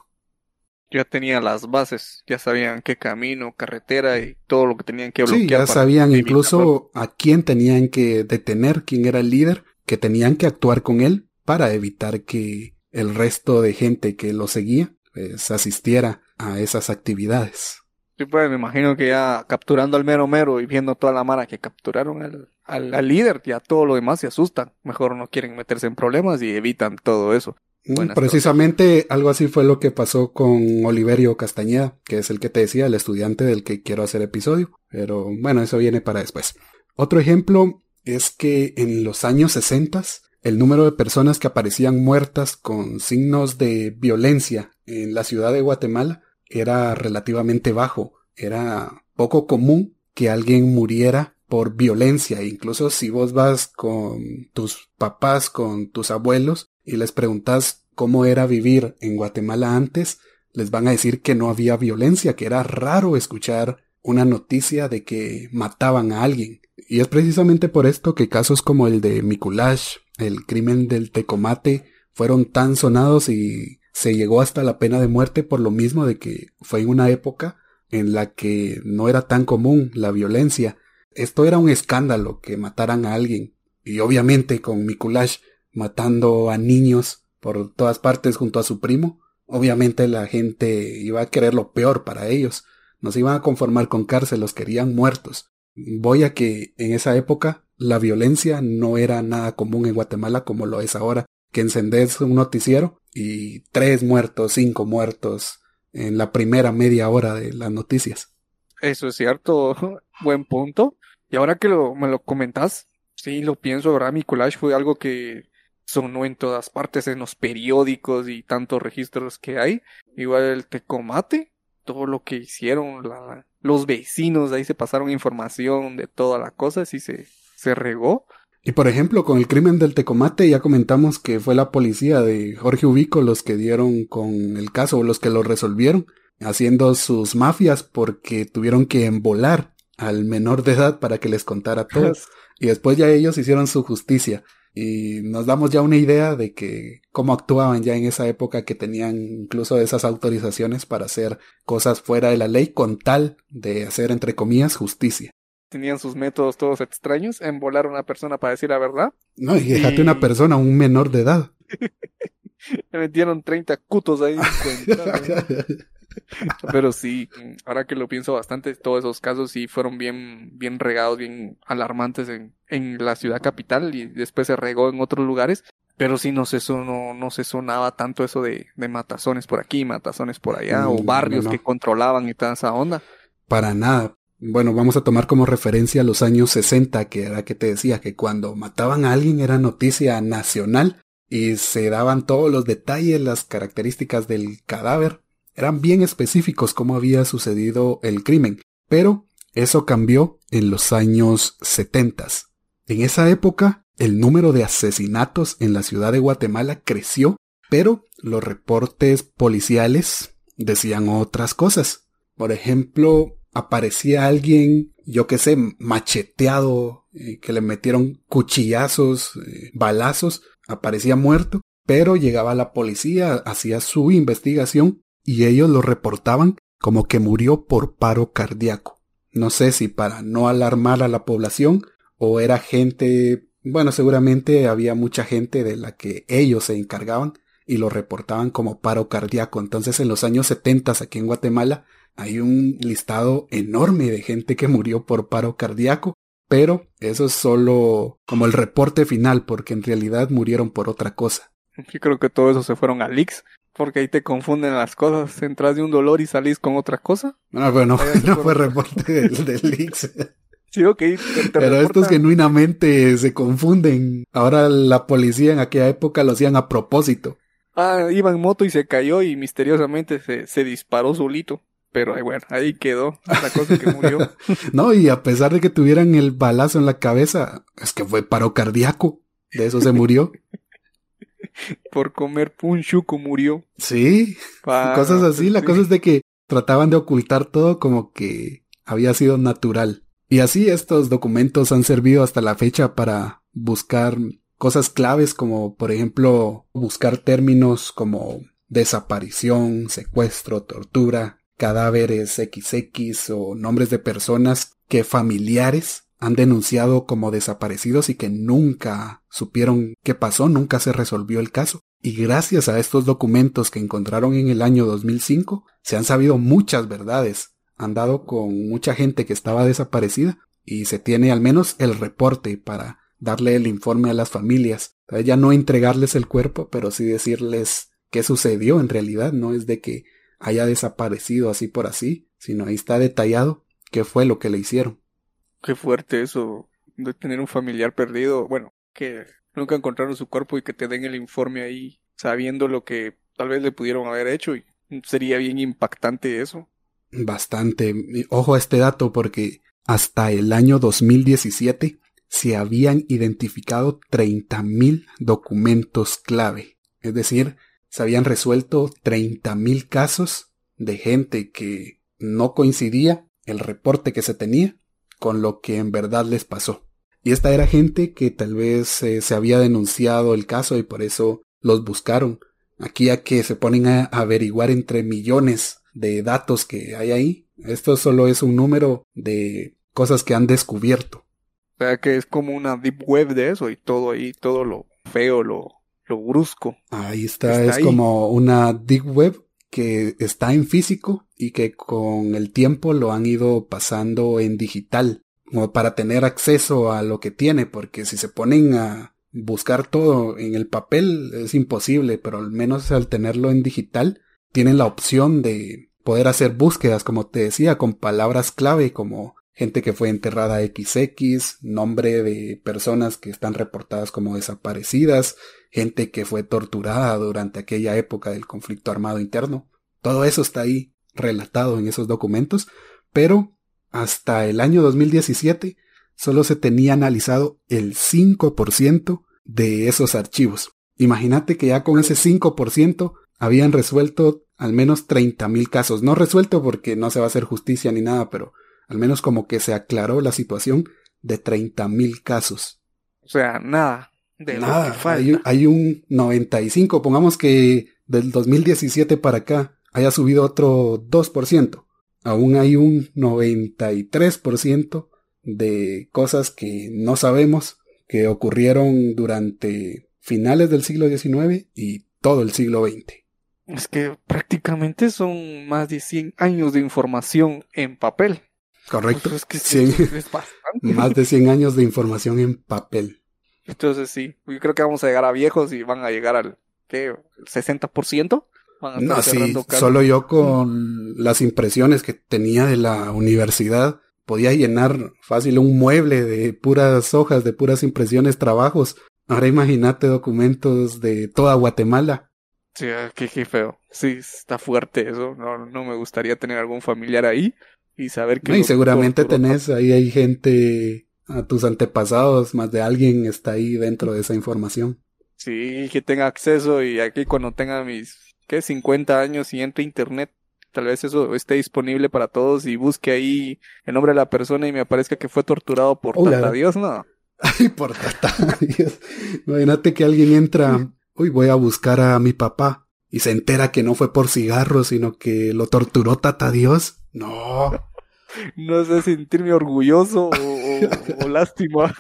Ya tenían las bases, ya sabían qué camino, carretera y todo lo que tenían que bloquear. Sí, ya sabían incluso a quién tenían que detener, quién era el líder, que tenían que actuar con él para evitar que el resto de gente que lo seguía pues asistiera a esas actividades. Sí, pues me imagino que ya capturando al mero mero y viendo toda la mara que capturaron al líder, ya todo lo demás se asustan. Mejor no quieren meterse en problemas y evitan todo eso. Precisamente algo así fue lo que pasó con Oliverio Castañeda, que es el que te decía, el estudiante del que quiero hacer episodio. Pero bueno, eso viene para después. Otro ejemplo es que en los años 60 el número de personas que aparecían muertas con signos de violencia en la ciudad de Guatemala era relativamente bajo. Era poco común que alguien muriera por violencia. Incluso si vos vas con tus papás, con tus abuelos, y les preguntas cómo era vivir en Guatemala antes, les van a decir que no había violencia, que era raro escuchar una noticia de que mataban a alguien. Y es precisamente por esto que casos como el de Miculash, el crimen del Tecomate, fueron tan sonados y se llegó hasta la pena de muerte por lo mismo de que fue en una época en la que no era tan común la violencia. Esto era un escándalo que mataran a alguien. Y obviamente con Miculash matando a niños por todas partes junto a su primo, obviamente la gente iba a querer lo peor para ellos. No se iban a conformar con cárcel, los querían muertos. Voy a que en esa época la violencia no era nada común en Guatemala como lo es ahora, que encendés un noticiero y 3 muertos, 5 muertos en la primera media hora de las noticias. Eso es cierto, buen punto. Y ahora que me lo comentás, sí lo pienso, ¿verdad? Miculash fue algo que sonó en todas partes, en los periódicos y tantos registros que hay. Igual el Tecomate, todo lo que hicieron, los vecinos, ahí se pasaron información de toda la cosa, sí se regó. Y por ejemplo, con el crimen del Tecomate ya comentamos que fue la policía de Jorge Ubico los que dieron con el caso, o los que lo resolvieron, haciendo sus mafias porque tuvieron que embolar al menor de edad para que les contara todo. Y después ya ellos hicieron su justicia. Y nos damos ya una idea de que cómo actuaban ya en esa época, que tenían incluso esas autorizaciones para hacer cosas fuera de la ley con tal de hacer, entre comillas, justicia. Tenían sus métodos todos extraños, embolar a una persona para decir la verdad. No, y déjate una persona, un menor de edad. Le metieron 30 cutos ahí. Pero sí, ahora que lo pienso bastante, todos esos casos sí fueron bien regados, bien alarmantes en la ciudad capital y después se regó en otros lugares. Pero sí, no se sonaba tanto eso de matazones por aquí, matazones por allá, o No, no, barrios que no. controlaban y toda esa onda. Para nada. Bueno, vamos a tomar como referencia los años 60, que era que te decía que cuando mataban a alguien era noticia nacional y se daban todos los detalles, las características del cadáver. Eran bien específicos cómo había sucedido el crimen. Pero eso cambió en los años 70. En esa época, el número de asesinatos en la ciudad de Guatemala creció, pero los reportes policiales decían otras cosas. Por ejemplo, aparecía alguien, yo qué sé, macheteado, que le metieron cuchillazos, balazos, aparecía muerto, pero llegaba la policía, hacía su investigación y ellos lo reportaban como que murió por paro cardíaco. No sé si para no alarmar a la población o era gente, bueno, seguramente había mucha gente de la que ellos se encargaban y lo reportaban como paro cardíaco. Entonces en los años 70 aquí en Guatemala hay un listado enorme de gente que murió por paro cardíaco, pero eso es solo como el reporte final, porque en realidad murieron por otra cosa. Yo creo que todo eso se fueron a leaks, porque ahí te confunden las cosas. Entras de un dolor y salís con otra cosa. No, bueno, Allá se no fue fueron. reporte del Ix. Sí, ok, te Pero estos reportan. genuinamente se confunden. Ahora la policía en aquella época lo hacían a propósito. Ah, iba en moto y se cayó y misteriosamente se disparó solito. Pero bueno, ahí quedó. La cosa es que murió No, y a pesar de que tuvieran el balazo en la cabeza, es que fue paro cardíaco. De eso se murió. por comer punchuco, murió. Sí, cosas Ah, así. pues La sí. cosa es de que trataban de ocultar todo como que había sido natural. Y así estos documentos han servido hasta la fecha para buscar cosas claves como, por ejemplo, buscar términos como desaparición, secuestro, tortura, cadáveres XX o nombres de personas que familiares han denunciado como desaparecidos y que nunca supieron qué pasó, nunca se resolvió el caso. Y gracias a estos documentos que encontraron en el año 2005, se han sabido muchas verdades. Han dado con mucha gente que estaba desaparecida y se tiene al menos el reporte para darle el informe a las familias. Entonces ya no entregarles el cuerpo, pero sí decirles qué sucedió en realidad. No es de que haya desaparecido así por así, sino ahí está detallado qué fue lo que le hicieron. Qué fuerte eso de tener un familiar perdido. Bueno, que nunca encontraron su cuerpo y que te den el informe ahí sabiendo lo que tal vez le pudieron haber hecho. Y sería bien impactante eso. Bastante. Ojo a este dato porque hasta el año 2017 se habían identificado 30.000 documentos clave. Es decir, se habían resuelto 30.000 casos de gente que no coincidía el reporte que se tenía con lo que en verdad les pasó. Y esta era gente que tal vez se había denunciado el caso y por eso los buscaron. Aquí a que se ponen a averiguar entre millones de datos que hay ahí. Esto solo es un número de cosas que han descubierto. O sea que es como una deep web de eso y todo ahí, todo lo feo, lo brusco, Ahí está, está es ahí. como una deep web que está en físico y que con el tiempo lo han ido pasando en digital, como para tener acceso a lo que tiene, porque si se ponen a buscar todo en el papel es imposible, pero al menos al tenerlo en digital tienen la opción de poder hacer búsquedas, como te decía, con palabras clave como gente que fue enterrada XX, nombre de personas que están reportadas como desaparecidas, gente que fue torturada durante aquella época del conflicto armado interno. Todo eso está ahí relatado en esos documentos, pero hasta el año 2017 solo se tenía analizado el 5% de esos archivos. Imagínate que ya con ese 5% habían resuelto al menos 30.000 casos. No resuelto porque no se va a hacer justicia ni nada, pero al menos como que se aclaró la situación de 30.000 casos. O sea, nada de lo que Nada, falta. hay un 95, pongamos que del 2017 para acá haya subido otro 2%. Aún hay un 93% de cosas que no sabemos que ocurrieron durante finales del siglo XIX y todo el siglo XX. Es que prácticamente son más de 100 años de información en papel. Pues Correcto. es que sí, 100, es bastante. más de 100 años de información en papel. Entonces sí, yo creo que vamos a llegar a viejos y van a llegar al, ¿qué? ¿El 60%? Van a estar No, sí, cerrando casas. solo yo con las impresiones que tenía de la universidad podía llenar fácil un mueble de puras hojas, de puras impresiones, trabajos. Ahora imagínate documentos de toda Guatemala. Sí, qué feo. Sí, está fuerte eso. No me gustaría tener algún familiar ahí y saber que No, y lo seguramente torturó. tenés, ahí hay gente, a tus antepasados, más de alguien está ahí dentro de esa información. Sí, que tenga acceso y aquí cuando tenga mis, ¿qué? 50 años y entre a internet, tal vez eso esté disponible para todos y busque ahí el nombre de la persona y me aparezca que fue torturado por Tata Hola. Dios, no. Ay, por tata, Dios. Imagínate que alguien entra, uy, voy a buscar a mi papá y se entera que no fue por cigarros, sino que lo torturó Tata Dios. No. No sé sentirme orgulloso o lástima,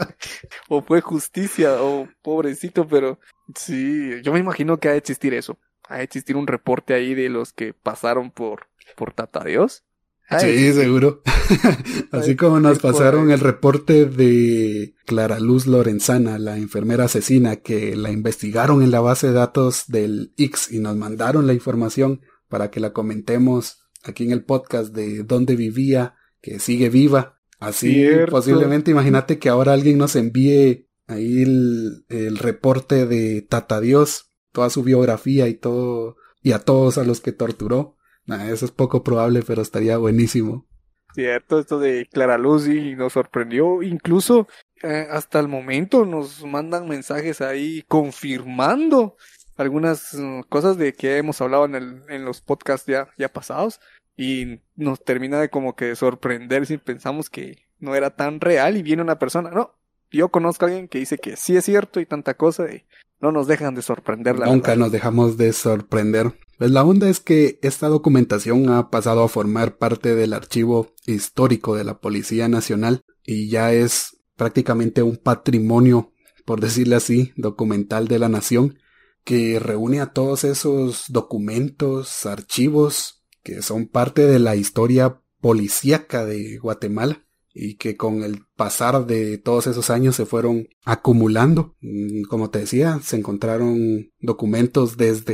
o fue justicia, o pobrecito, pero sí, yo me imagino que ha de existir eso. Ha de existir un reporte ahí de los que pasaron por Tata Dios. Ha de Sí, existir. seguro. Ha de Así como nos existir por pasaron ahí. el reporte de Clara Luz Lorenzana, la enfermera asesina, que la investigaron en la base de datos del X y nos mandaron la información para que la comentemos aquí en el podcast de dónde vivía, que sigue viva. Así Cierto. posiblemente imagínate que ahora alguien nos envíe ahí el reporte de Tata Dios, toda su biografía y todo, y a todos a los que torturó. Nah, eso es poco probable, pero estaría buenísimo. Cierto, esto de Clara Luz y nos sorprendió. Incluso hasta el momento nos mandan mensajes ahí confirmando algunas cosas de que hemos hablado en los podcasts ya pasados. Y nos termina de como que sorprender si pensamos que no era tan real y viene una persona. No, yo conozco a alguien que dice que sí es cierto y tanta cosa y no nos dejan de sorprender, la Nunca verdad. nos dejamos de sorprender. Pues la onda es que esta documentación ha pasado a formar parte del archivo histórico de la Policía Nacional y ya es prácticamente un patrimonio, por decirle así, documental de la nación, que reúne a todos esos documentos, archivos, que son parte de la historia policíaca de Guatemala y que con el pasar de todos esos años se fueron acumulando. Como te decía, se encontraron documentos desde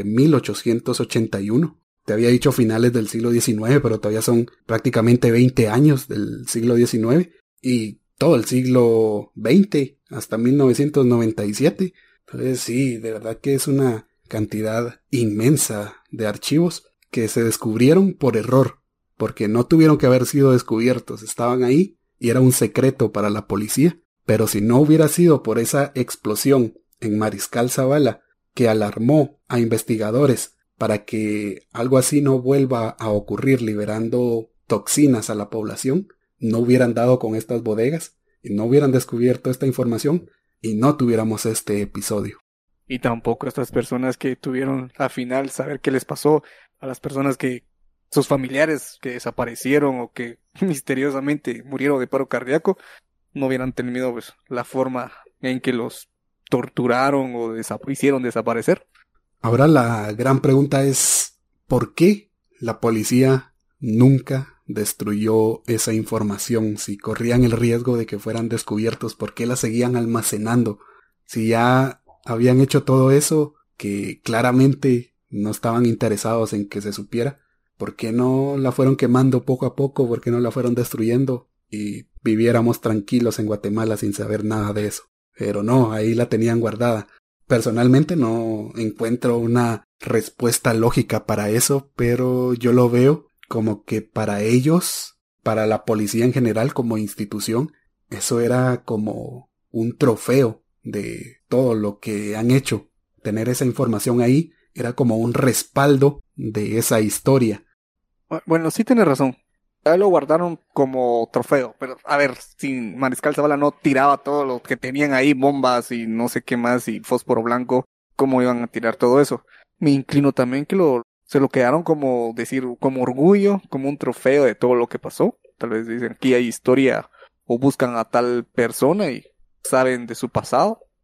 1881. Te había dicho finales del siglo XIX, pero todavía son prácticamente 20 años del siglo XIX y todo el siglo XX hasta 1997. Entonces sí, de verdad que es una cantidad inmensa de archivos que se descubrieron por error, porque no tuvieron que haber sido descubiertos, estaban ahí y era un secreto para la policía. Pero si no hubiera sido por esa explosión en Mariscal Zavala que alarmó a investigadores para que algo así no vuelva a ocurrir liberando toxinas a la población, no hubieran dado con estas bodegas y no hubieran descubierto esta información y no tuviéramos este episodio. Y tampoco estas personas que tuvieron al final saber qué les pasó, a las personas que sus familiares que desaparecieron o que misteriosamente murieron de paro cardíaco, no hubieran tenido pues, la forma en que los torturaron o hicieron desaparecer. Ahora la gran pregunta es, ¿por qué la policía nunca destruyó esa información? Si corrían el riesgo de que fueran descubiertos, ¿por qué la seguían almacenando? Si ya habían hecho todo eso, que claramente no estaban interesados en que se supiera, ¿por qué no la fueron quemando poco a poco? ¿Por qué no la fueron destruyendo? Y viviéramos tranquilos en Guatemala sin saber nada de eso. Pero no, ahí la tenían guardada. Personalmente no encuentro una respuesta lógica para eso, pero yo lo veo como que para ellos, para la policía en general como institución, eso era como un trofeo de todo lo que han hecho. Tener esa información ahí era como un respaldo de esa historia. Bueno, sí tienes razón. Ya lo guardaron como trofeo, pero a ver, si Mariscal Zavala no tiraba todo lo que tenían ahí, bombas y no sé qué más y fósforo blanco, ¿cómo iban a tirar todo eso? Me inclino también que se lo quedaron como decir, como orgullo, como un trofeo de todo lo que pasó. Tal vez dicen aquí hay historia o buscan a tal persona y saben de su pasado.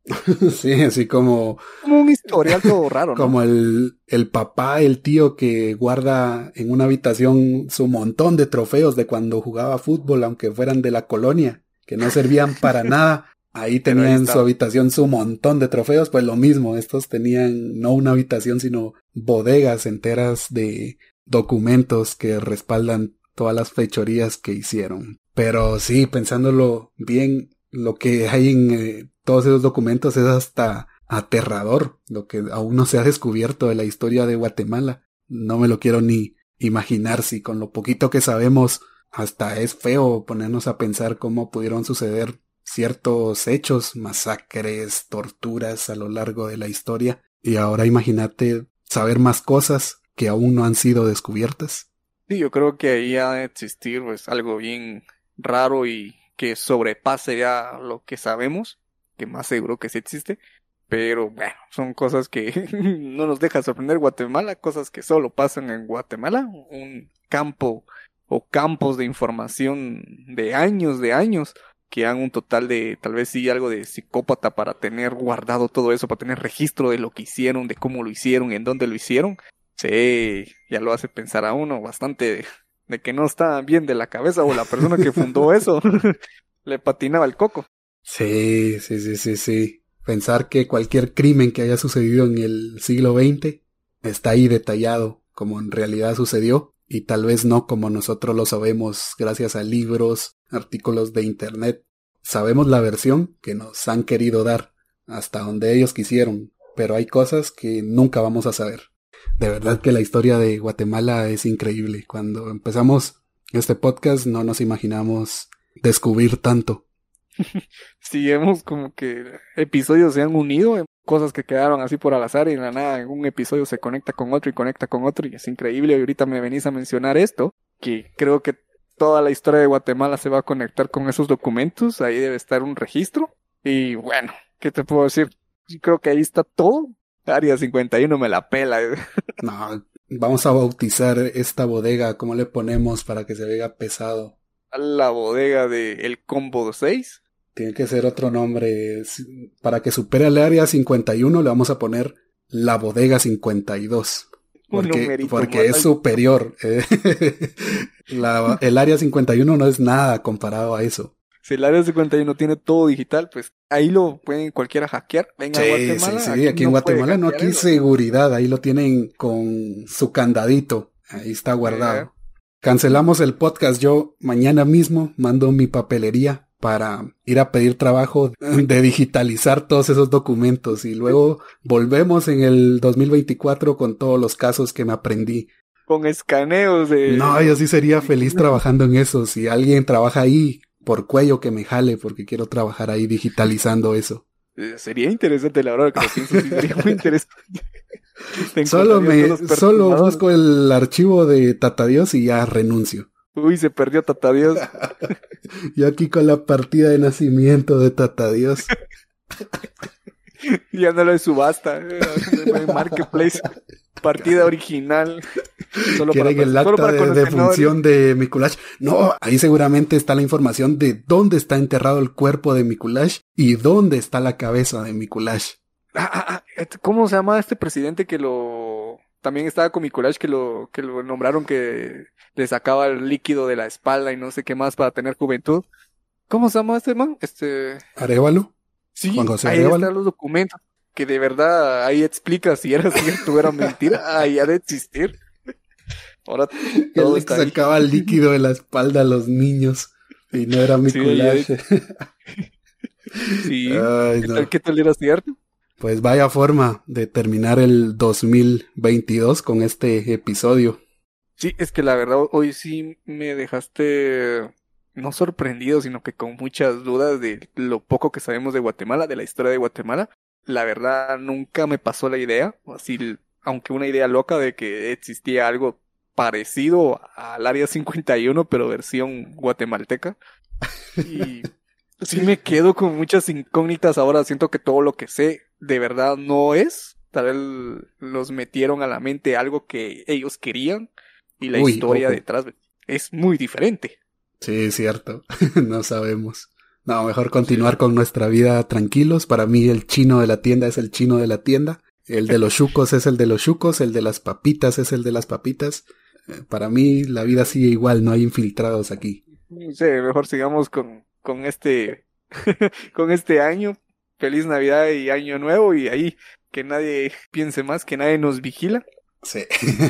Sí, así como, Como un historial todo raro, ¿no? como el papá, el tío que guarda en una habitación su montón de trofeos de cuando jugaba fútbol, aunque fueran de la colonia, que no servían para nada. Ahí Pero ahí tenía en su estaba. habitación su montón de trofeos, pues lo mismo, estos tenían no una habitación, sino bodegas enteras de documentos que respaldan todas las fechorías que hicieron. Pero sí, pensándolo bien, lo que hay en todos esos documentos es hasta aterrador, lo que aún no se ha descubierto de la historia de Guatemala. No me lo quiero ni imaginar si con lo poquito que sabemos hasta es feo ponernos a pensar cómo pudieron suceder ciertos hechos, masacres, torturas a lo largo de la historia. Y ahora imagínate saber más cosas que aún no han sido descubiertas. Sí, yo creo que ahí ha de existir pues algo bien raro y que sobrepase ya lo que sabemos, que más seguro que sí existe, pero bueno, son cosas que no nos deja sorprender Guatemala, cosas que solo pasan en Guatemala, un campo o campos de información de años, que han un total de tal vez sí algo de psicópata para tener guardado todo eso, para tener registro de lo que hicieron, de cómo lo hicieron, en dónde lo hicieron. Sí, ya lo hace pensar a uno bastante de que no está bien de la cabeza o la persona que fundó eso le patinaba el coco. Sí, sí, sí, sí, sí. Pensar que cualquier crimen que haya sucedido en el siglo XX está ahí detallado como en realidad sucedió y tal vez no como nosotros lo sabemos gracias a libros, artículos de internet. Sabemos la versión que nos han querido dar hasta donde ellos quisieron, pero hay cosas que nunca vamos a saber. De verdad que la historia de Guatemala es increíble. Cuando empezamos este podcast no nos imaginamos descubrir tanto. Si vemos como que episodios se han unido, cosas que quedaron así por al azar y en la nada en un episodio se conecta con otro y conecta con otro y es increíble. Y ahorita me venís a mencionar esto, que creo que toda la historia de Guatemala se va a conectar con esos documentos, ahí debe estar un registro y bueno, ¿qué te puedo decir? Yo creo que ahí está todo. Área 51 me la pela. No, vamos a bautizar esta bodega, ¿cómo le ponemos para que se vea pesado? La bodega de El Combo 6. Tiene que ser otro nombre. Para que supere al área 51 le vamos a poner la bodega 52. Un Porque, numerito porque más es alto. superior. El área 51 no es nada comparado a eso. Si el área 51 tiene todo digital, pues ahí lo pueden cualquiera hackear. Venga a Sí, sí, Guatemala, sí. aquí Aquí en no puede Guatemala no, hackear aquí eso. seguridad. Ahí lo tienen con su candadito. Ahí está Eh, guardado. Cancelamos el podcast. Yo mañana mismo mando mi papelería para ir a pedir trabajo de digitalizar todos esos documentos y luego volvemos en el 2024 con todos los casos que me aprendí. con escaneos No, de... yo sí sería feliz trabajando en eso. Si alguien trabaja ahí, por cuello que me jale, porque quiero trabajar ahí digitalizando eso. Sería interesante, la verdad que lo pienso, sí, sería muy interesante. Te Solo encontrarías todos los solo perturbadores. busco el archivo de Tata Dios y ya renuncio. Uy, se perdió Tata Dios. Yo aquí con la partida de nacimiento de Tata Dios. Ya no lo de subasta. Marketplace. Partida original. Quieren el Solo acta para de coleccionadores. defunción de Mikulash. No, ahí seguramente está la información de dónde está enterrado el cuerpo de Mikulash y dónde está la cabeza de Mikulash. ¿Cómo se llama este presidente que lo... También estaba con Mikulash que lo nombraron que le sacaba el líquido de la espalda y no sé qué más para tener juventud? ¿Cómo se llama este man? Arévalo, Juan Sí, José ahí están Arévalo. los documentos. Que de verdad ahí explica si era cierto o era mentira. Ahí ha de existir. Ahora Él todo le está ahí. sacaba el líquido de la espalda a los niños y no era Sí, ahí ha de... Mikulash. Sí. Ay, no. Qué tal era cierto? Pues vaya forma de terminar el 2022 con este episodio. Sí, es que la verdad hoy sí me dejaste no sorprendido, sino que con muchas dudas de lo poco que sabemos de Guatemala, de la historia de Guatemala. La verdad nunca me pasó la idea, así, aunque una idea loca de que existía algo parecido al Área 51, pero versión guatemalteca. Y sí me quedo con muchas incógnitas ahora, siento que todo lo que sé de verdad no es. Tal vez los metieron a la mente algo que ellos querían y la Uy, historia ojo. detrás es muy diferente. Sí, es cierto. No sabemos. No, mejor continuar con nuestra vida tranquilos. Para mí el chino de la tienda es el chino de la tienda. El de los chucos es el de los chucos. El de las papitas es el de las papitas. Para mí la vida sigue igual, no hay infiltrados aquí. Sí, mejor sigamos con este con este año. Feliz Navidad y Año Nuevo, y ahí que nadie piense más, que nadie nos vigila. Sí.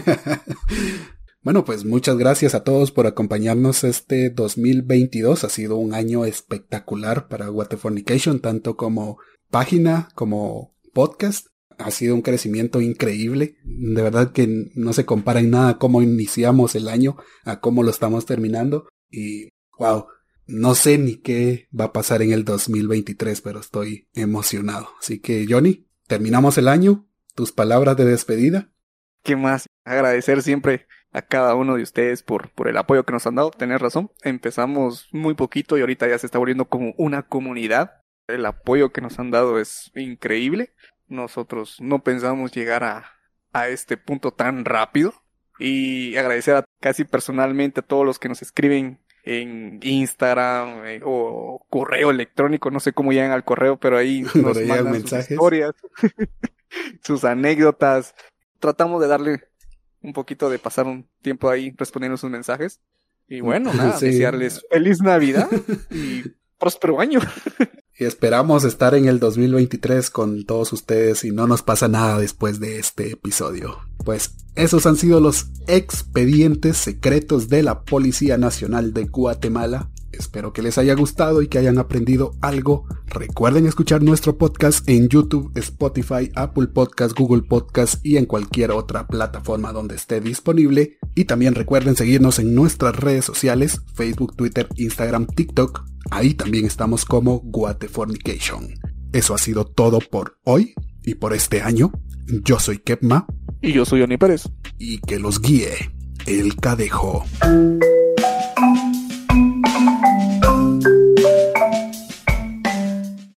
Bueno, pues muchas gracias a todos por acompañarnos este 2022. Ha sido un año espectacular para Guatefornication, tanto como página como podcast. Ha sido un crecimiento increíble. De verdad que no se compara en nada cómo iniciamos el año a cómo lo estamos terminando. Y wow, no sé ni qué va a pasar en el 2023, pero estoy emocionado. Así que Johnny, terminamos el año. Tus palabras de despedida. ¿Qué más? Agradecer siempre a cada uno de ustedes por el apoyo que nos han dado. Tenés razón, empezamos muy poquito y ahorita ya se está volviendo como una comunidad. El apoyo que nos han dado es increíble. Nosotros no pensamos llegar a este punto tan rápido. Y agradecer casi personalmente a todos los que nos escriben en Instagram o correo electrónico. No sé cómo llegan al correo, pero ahí nos mandan mensajes, sus historias, sus anécdotas. Tratamos de darle un poquito de pasar un tiempo ahí respondiendo sus mensajes. Y bueno, nada, sí. Desearles feliz Navidad y próspero año. Y esperamos estar en el 2023 con todos ustedes y no nos pasa nada después de este episodio. Pues esos han sido los expedientes secretos de la Policía Nacional de Guatemala. Espero que les haya gustado y que hayan aprendido algo. Recuerden escuchar nuestro podcast en YouTube, Spotify, Apple Podcast, Google Podcast y en cualquier otra plataforma donde esté disponible. Y también recuerden seguirnos en nuestras redes sociales, Facebook, Twitter, Instagram, TikTok. Ahí también estamos como Guatefornication. Eso ha sido todo por hoy y por este año. Yo soy Kepma. Y yo soy Johnny Pérez. Y que los guíe el Cadejo.